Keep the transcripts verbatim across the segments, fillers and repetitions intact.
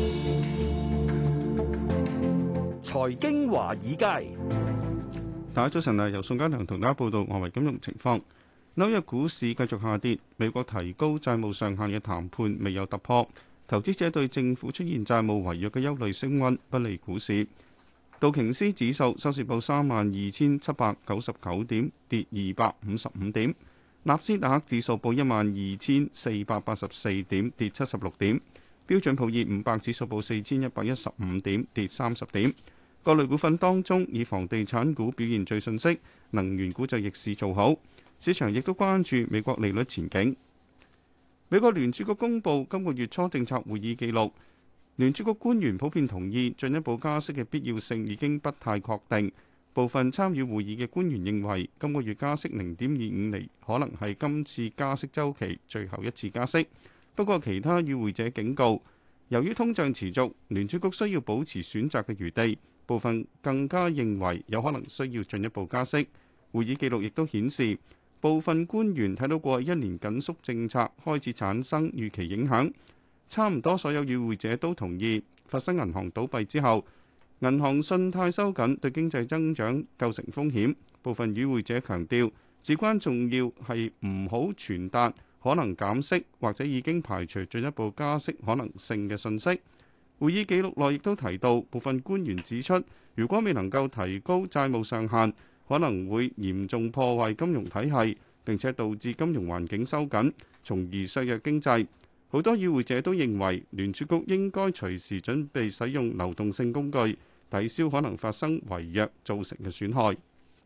財經華爾街， 大家早晨啊！由宋家良同大家報道外圍金融情況。紐約股市繼續下跌，美國提高債務上限嘅談判未有突破，投資者對政府出現債務違約嘅憂慮升溫，不利股市。道瓊斯指數收市報三萬二千七百九十九點，跌二百五十五點；納斯達克指數報一萬二千四百八十四點，跌七十六點；標準普爾五百指數報四千一百一十五點，跌三十點。各類股份當中，以房地產股表現最遜色，能源股就逆市做好。市場亦都關注美國利率前景。美國聯儲局公布今個月初政策會議記錄，聯儲局官員普遍同意進一步加息嘅必要性已經不太確定。部分參與會議嘅官員認為，今個月加息零點二五厘可能係今次加息週期最後一次加息。不過，其他與會者警告，由於通脹持續，聯儲局需要保持選擇嘅餘地。部分更加認為有可能需要進一步加息。會議記錄亦都顯示，部分官員睇到過去一年緊縮政策開始產生預期影響。差唔多所有與會者都同意，發生銀行倒閉之後，銀行信貸收緊對經濟增長構成風險。部分與會者強調，至關重要係唔好傳達可能減息或者已經排除進一步加息可能性嘅訊息。會議記錄內亦都提到，部分官員指出，如果未能夠提高債務上限，可能會嚴重破壞金融體系，並且導致金融環境收緊，從而削弱經濟。好多與會者都認為，聯儲局應該隨時準備使用流動性工具，抵消可能發生違約造成嘅損害。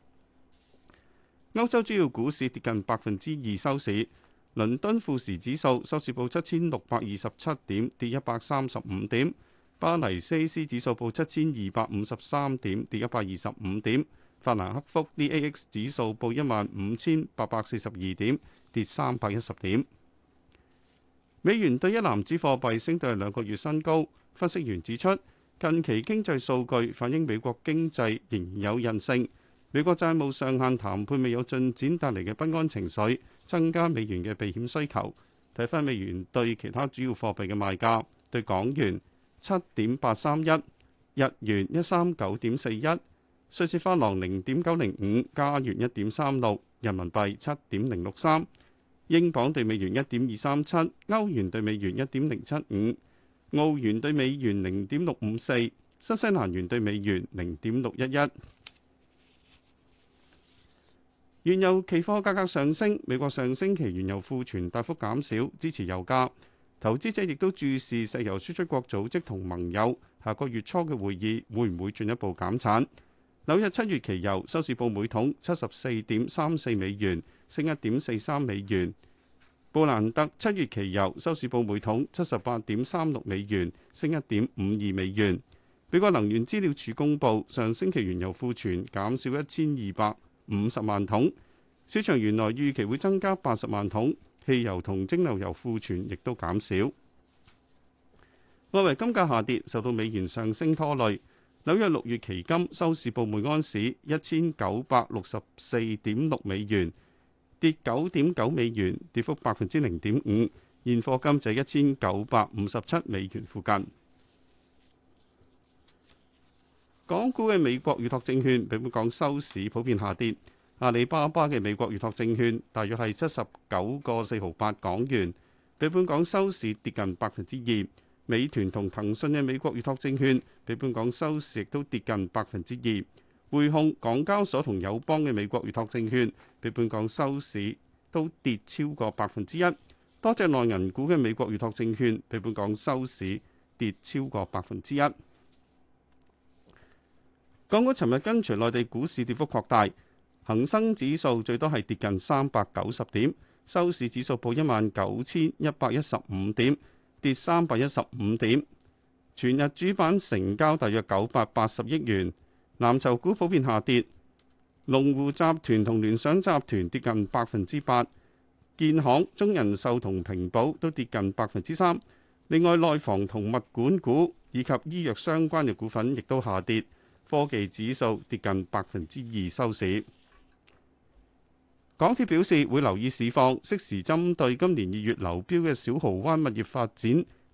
歐洲主要股市跌近百分之二收市。倫敦富時指數收市報七千六百二十七點，跌一百三十五點。巴黎 C A C 指數報七千二百五十三點，跌一百二十五點。法蘭克福 D A X 指數報一萬五千八百四十二點，跌三百一十點。美元對一籃子貨幣升到兩個月新高。分析員指出，近期經濟數據反映美國經濟仍然有韌性。美國債務上限談判未有進展帶嚟嘅不安情緒，增加美元嘅避險需求。睇返美元對其他主要貨幣嘅賣價，對港元七點八三一，日元一三九點四一，瑞士法郎零點九零五，加元一點三六，人民幣七點零六三，英鎊對美元一點二三七，歐元對美元一點零七五，澳元對美元零點六五四，新西蘭元對美元零點六一一。原油期貨價格上升，美國上星期原油庫存大幅減少，支持油價。投資者亦都注視石油輸出國組織同盟友下個月初嘅會議會唔會進一步減產。紐約七月期油收市報每桶七十四點三四美元，升一點四三美元。布蘭特七月期油收市報每桶七十八點三六美元，升一點五二美元。美國能源資料處公佈，上星期原油庫存減少一千二百五十萬桶，市場原來預期會增加八十萬桶。汽油同蒸餾油庫存亦都減少。外圍金價下跌，受到美元上升拖累。紐約六月期金收市報每安士一千九百六十四點六美元，跌九點九美元，跌幅百分之零點五。現貨金就一千九百五十七美元附近。港股嘅美國預託證券比本港收市普遍下跌。阿里巴巴嘅美國預託證券大約係七十九個四毫八港元，比本港收市跌近百分之二。美團同騰訊嘅美國預託證券比本港收市亦都跌近百分之二。匯控、港交所同友邦嘅美國預託證券比本港收市都跌超過百分之一。多隻內銀股嘅美國預託證券比本港收市跌超過百分之一。港股尋日跟隨內地股市跌幅擴大。恒生指數最多係跌近三百九十點，收市指數報一萬九千一百一十五點，跌三百一十五點。全日主板成交大約九百八十億元。藍籌股普遍下跌，龍湖集團同聯想集團跌近百分之八，建行、中人壽同平保都跌近百分之三。另外，內房同物管股以及醫藥相關嘅股份亦都下跌，科技指數跌近百分之二收市。港鐵表示會留意市況，適時針對今年二月流標嘅小蠔灣物業發展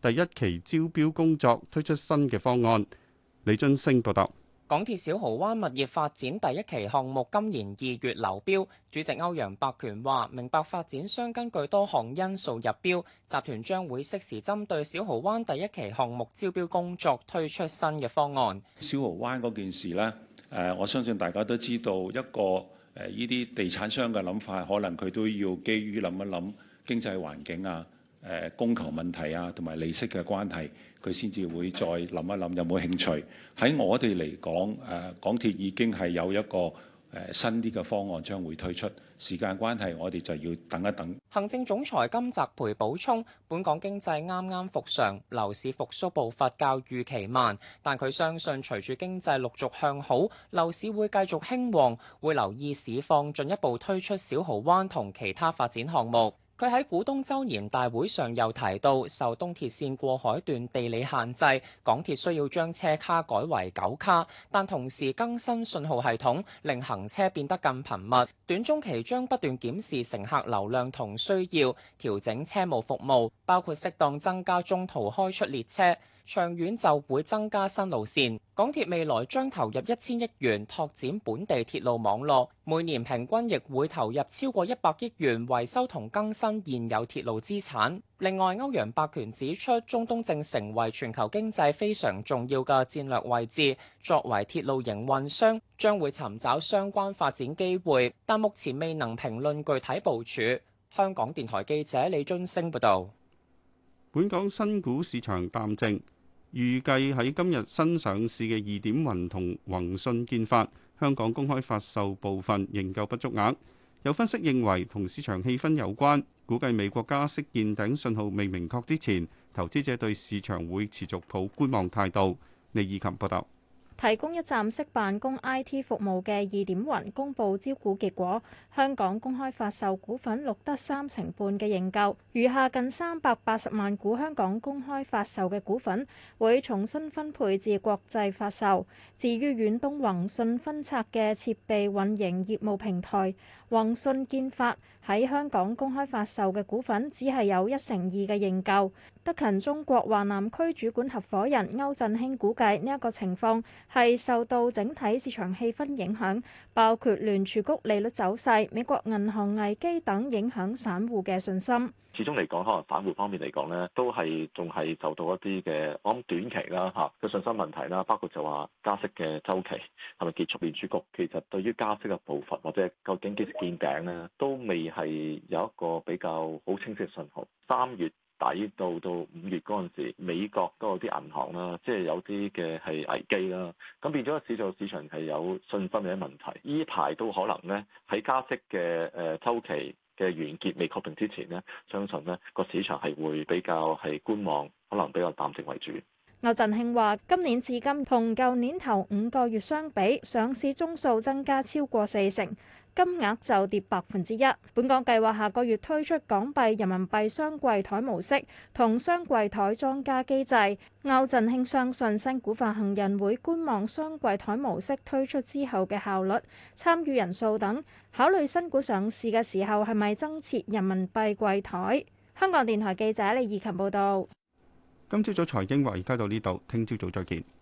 第一期招標工作推出新嘅方案。李津升報道。 港鐵小蠔灣物業發展第一期項目今年二月流標，主席歐陽伯權話：明白發展商根據多項因素入標，集團將會適時針對小蠔灣第一期項目招標工作推出新嘅方案。 小蠔灣嗰件事呢，誒，我相信大家都知道一個誒呢啲地產商嘅諗法，可能佢都要基於諗一諗經濟環境啊、誒供求問題啊，同埋利息嘅關係。佢先至會再諗一諗有冇興趣。喺我哋嚟講，誒港鐵已經係有一個誒新啲嘅方案將會推出。時間關係，我哋就要等一等。 行政總裁金澤培補充，本港經濟啱啱復常，樓市復甦步伐較預期慢，但佢相信隨住經濟陸續向好，樓市會繼續興旺，會留意市況，進一步推出小蠔灣同其他發展項目。佢喺股東周年大會上又提到，受東鐵線過海段地理限制，港鐵需要將車卡改為九卡，但同時更新信號系統，令行車變得更頻密。短中期將不斷檢視乘客流量同需要，調整車務服務，包括適當增加中途開出列車。長遠就會增加新路線。港鐵未來將投入一千億元拓展本地鐵路網絡，每年平均亦會投入超過一百億元維修同更新現有鐵路資產。另外，歐陽伯權指出，中東正成為全球經濟非常重要嘅戰略位置，作為鐵路營運商，將會尋找相關發展機會，但目前未能評論具體部署。香港電台記者李津升報導。 本港新股市場淡靜，預計喺今日新上市嘅易點雲同宏信建發香港公開發售部分仍舊不足額。有分析認為同市場氣氛有關，估計美國加息見頂信號未明確之前，投資者對市場會持續抱觀望態度。李以琴報道。 提供一站式辦公 I T 服務嘅易點雲公佈招股結果，香港公開發售股份錄得三成半嘅認購，餘下近三百八十萬股香港公開發售嘅股份會重新分配至國際發售。至於遠東宏信分拆嘅設備運營業務平台宏信建發喺香港公開發售嘅股份只係有一成二嘅認購。德勤中國華南區主管合夥人歐振興估計呢一個情況係受到整體市場氣氛影響，包括聯儲局利率走勢、美國銀行危機等影響散戶嘅信心。 始終嚟講，可能散戶方面嚟講咧，都係仲係受到一啲嘅，我諗短期啦嚇嘅信心問題啦，包括就話加息嘅週期係咪結束？聯儲局其實對於加息嘅步伐或者究竟幾時見頂咧，都未係有一個比較好清晰嘅信號。三月底到到五月嗰陣時，美國都有啲銀行啦，即係有啲嘅係危機啦，咁變咗市場市場係有信心嘅問題。呢排都可能咧喺加息嘅誒週期嘅完結未確定之前呢，相信呢個市場係會比較係觀望，可能比較淡靜為主。 歐振興話：今年至今同舊年頭五個月相比，上市宗數增加超過四成，金額就跌百分之一。本港計劃下個月推出港幣、人民幣雙櫃台模式同雙櫃台莊家機制。歐振興相信新股發行人會觀望雙櫃台模式推出之後嘅效率、參與人數等，考慮新股上市嘅時候係咪增設人民幣櫃台。香港電台記者李義琴報道。 今朝早財經華爾街到呢度，聽朝早再見。